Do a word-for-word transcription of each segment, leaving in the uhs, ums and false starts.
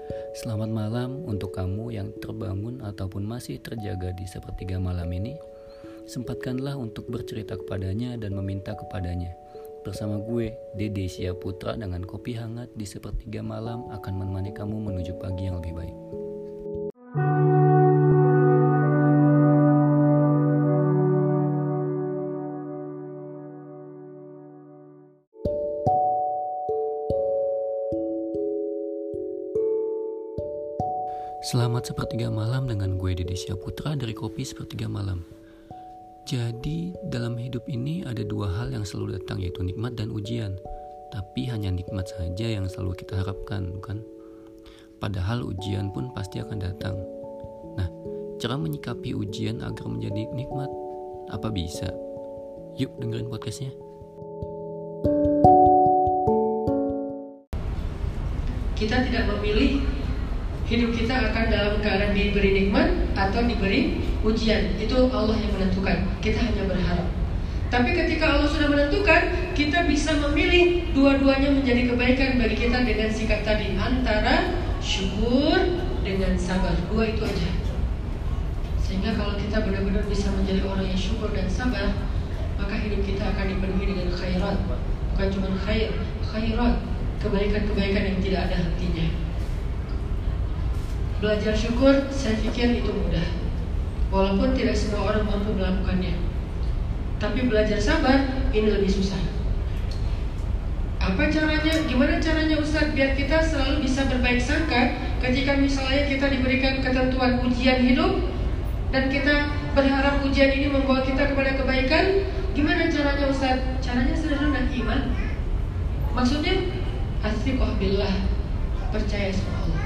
Selamat malam untuk kamu yang terbangun ataupun masih terjaga di sepertiga malam ini. Sempatkanlah untuk bercerita kepadanya dan meminta kepadanya. Bersama gue, Dede Syaputra, dengan kopi hangat di sepertiga malam akan menemani kamu menuju pagi yang lebih baik. Selamat sepertiga malam dengan gue Dede Syaputra dari Kopi Sepertiga Malam. Jadi dalam hidup ini ada dua hal yang selalu datang, yaitu nikmat dan ujian. Tapi hanya nikmat saja yang selalu kita harapkan, bukan? Padahal ujian pun pasti akan datang. Nah, cara menyikapi ujian agar menjadi nikmat, apa bisa? Yuk dengerin podcastnya. Kita tidak memilih hidup kita akan dalam keadaan diberi nikmat atau diberi ujian. Itu Allah yang menentukan. Kita hanya berharap. Tapi ketika Allah sudah menentukan, kita bisa memilih dua-duanya menjadi kebaikan bagi kita dengan sikap tadi, antara syukur dengan sabar. Dua itu aja. Sehingga kalau kita benar-benar bisa menjadi orang yang syukur dan sabar, maka hidup kita akan dipenuhi dengan khairat. Bukan cuma khair, khairat, kebaikan-kebaikan yang tidak ada hentinya. Belajar syukur, saya pikir itu mudah. Walaupun tidak semua orang mampu melakukannya. Tapi belajar sabar, ini lebih susah. Apa caranya? Gimana caranya Ustaz biar kita selalu bisa berbaik sangka ketika misalnya kita diberikan ketentuan ujian hidup dan kita berharap ujian ini membawa kita kepada kebaikan? Gimana caranya Ustaz? Caranya sederhana, iman. Maksudnya, athiqah billah, percaya sama Allah.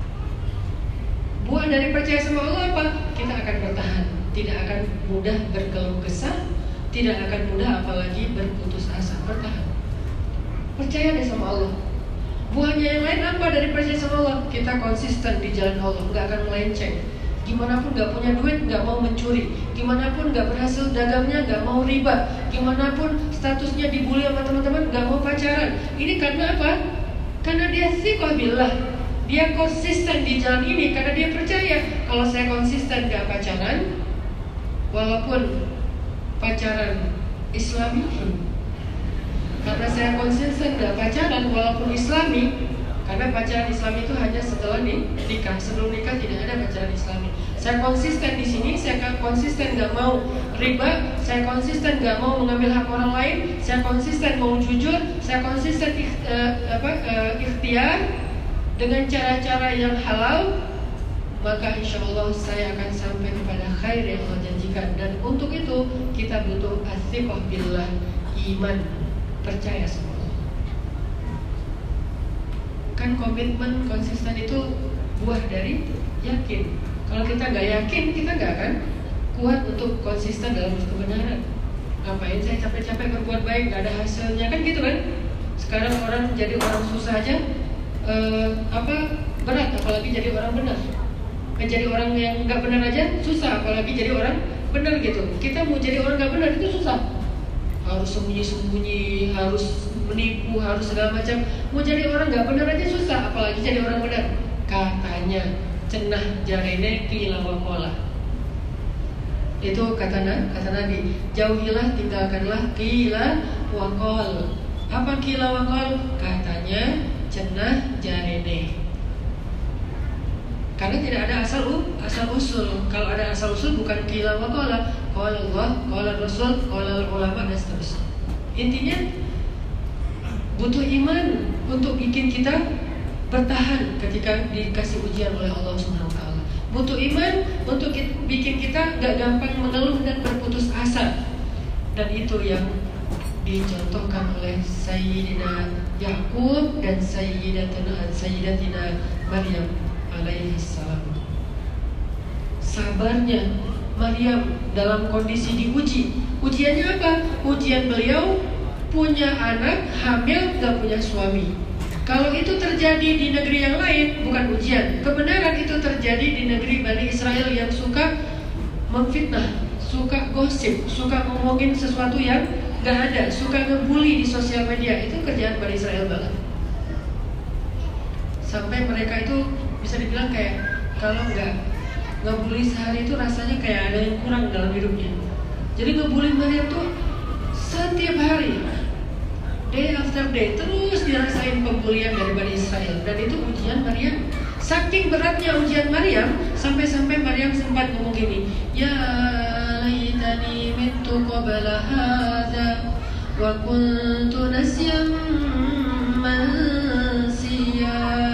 Buah dari percaya sama Allah apa? Kita akan bertahan, tidak akan mudah berkeluh kesah, tidak akan mudah apalagi berputus asa. Bertahan, percaya deh sama Allah. Buahnya yang lain apa dari percaya sama Allah? Kita konsisten di jalan Allah, nggak akan melenceng. Gimana pun nggak punya duit, nggak mau mencuri. Gimana pun nggak berhasil dagangnya, nggak mau riba. Gimana pun statusnya dibully sama teman-teman, nggak mau pacaran. Ini karena apa? Karena dia thiqah billah. Dia konsisten di jalan ini karena dia percaya kalau saya konsisten gak pacaran, walaupun pacaran Islami, karena saya konsisten gak pacaran walaupun Islami, karena pacaran Islami itu hanya setelah nikah. Sebelum nikah tidak ada pacaran Islami. Saya konsisten di sini, saya konsisten gak mau riba, saya konsisten gak mau mengambil hak orang lain, saya konsisten mau jujur, saya konsisten uh, apa uh, ikhtiar dengan cara-cara yang halal, maka insya Allah saya akan sampai kepada khair yang Allah janjikan. Dan untuk itu kita butuh athiqah billah, iman, percaya sama Allah. Kan komitmen konsisten itu buah dari yakin. Kalau kita nggak yakin, kita nggak akan kuat untuk konsisten dalam kebenaran. Ngapain saya capek-capek berbuat baik nggak ada hasilnya, kan gitu kan? Sekarang orang jadi orang susah aja Uh, apa berat, apalagi jadi orang benar. Menjadi orang yang nggak benar aja susah, apalagi jadi orang benar gitu. Kita mau jadi orang nggak benar itu susah. Harus sembunyi-sembunyi, harus menipu, harus segala macam. Mau jadi orang nggak benar aja susah, apalagi jadi orang benar. Katanya cenah jarene qila wa qala. Itu kata Nabi, kata Nabi, jauhilah, tinggalkanlah qila wa qal. Apa qila wa qal? Katanya cenah jarene. Karena tidak ada asal u, asal usul. Kalau ada asal usul bukan qila wa qala, qala Allah, qala Rasul, qala ulama dan seterusnya. Intinya butuh iman untuk bikin kita bertahan ketika dikasih ujian oleh Allah Subhanahu wa taala. Butuh iman untuk bikin kita gak gampang mengeluh dan berputus asa. Dan itu yang dicontohkan oleh Sayyidina Yakub dan Sayyidatina, Sayyidatina Maryam alaihi salam. Sabarnya Maryam dalam kondisi diuji. Ujiannya apa? Ujian beliau punya anak, hamil, gak punya suami. Kalau itu terjadi di negeri yang lain, bukan ujian. Kebenaran itu terjadi di negeri Bani Israel yang suka memfitnah, suka gosip, suka ngomongin sesuatu yang gak ada, suka ngebully di sosial media. Itu kerjaan Bani Israel banget. sampai mereka itu bisa dibilang kayak kalau nggak ngebully sehari itu rasanya kayak ada yang kurang dalam hidupnya. Jadi ngebully Maryam tuh setiap hari, day after day, terus dirasain pembulian dari Bani Israel. Dan itu ujian Maryam. Saking beratnya ujian Maryam, sampai-sampai Maryam sempat ngomong gini, ya laitani mittu qabla hadza wa kuntu nasyan mansiya.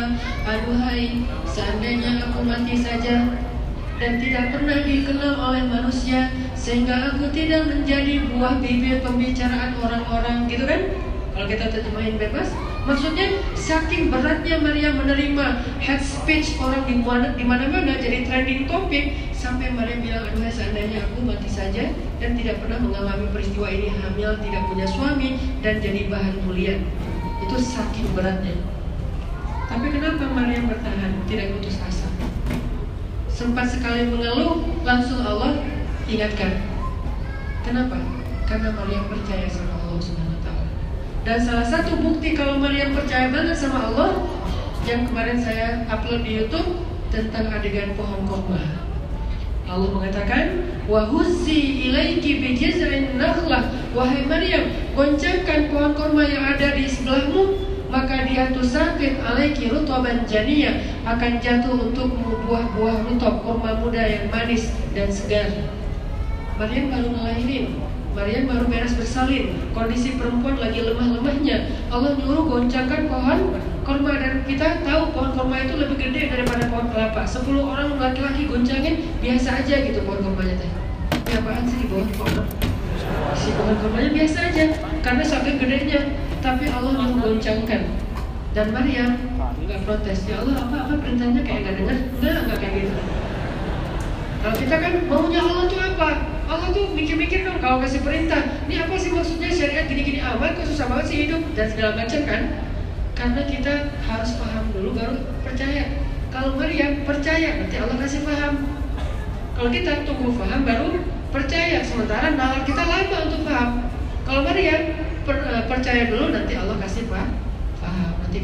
Aduhai, seandainya aku mati saja dan tidak pernah dikenal oleh manusia, sehingga aku tidak menjadi buah bibir pembicaraan orang-orang, gitu kan? Kalau kita terjemahin bebas, maksudnya saking beratnya Maryam menerima head speech orang di mana di mana-mana jadi trending topik, sampai Maryam bilang, aduh seandainya aku mati saja dan tidak pernah mengalami peristiwa ini, hamil, tidak punya suami dan jadi bahan bulian. Itu saking beratnya. Tapi kenapa Maryam bertahan, tidak putus asa? Sempat sekali mengeluh, langsung Allah ingatkan. Kenapa? Karena Maryam percaya sama Allah Subhanahu wa taala. Dan salah satu bukti kalau Maryam percaya banget sama Allah, yang kemarin saya upload di YouTube tentang adegan pohon kurma. Allah mengatakan, wa huzzi ilaiki bi jiz'in nakhlah, wahai Maryam, goncangkan pohon kurma yang ada di sebelahmu, maka dia tusaqit alaiki rutaban janiyah, akan jatuh untukmu buah-buah rutab kurma muda yang manis dan segar. Maryam baru ngelahirin, Maryam baru beres bersalin, kondisi perempuan lagi lemah-lemahnya. Allah nyuruh goncangkan pohon kurma, dan kita tahu pohon kurma itu lebih gede daripada pohon kelapa. Sepuluh orang laki-laki goncangin biasa aja gitu pohon kurmanya teh. Ini apaan sih di bawah pohon? Si pohon kurmanya biasa aja karena saking gedenya. Tapi Allah nyuruh goncangkan. Dan Maryam nggak protes. Ya Allah, apa-apa perintahnya kayak nggak dengar? Enggak, nggak kayak gitu. Kalau kita kan maunya Allah tuh apa? Allah tuh mikir-mikir dong kalau kasih perintah. Ini apa sih maksudnya syariat gini-gini amat, kok susah banget sih hidup dan segala macam kan? Karena kita harus paham dulu baru percaya. Kalau Maryam percaya, nanti Allah kasih paham. Kalau kita tunggu paham baru percaya. Sementara nalar kita lama untuk paham. Kalau Maryam per, percaya dulu, nanti Allah kasih paham.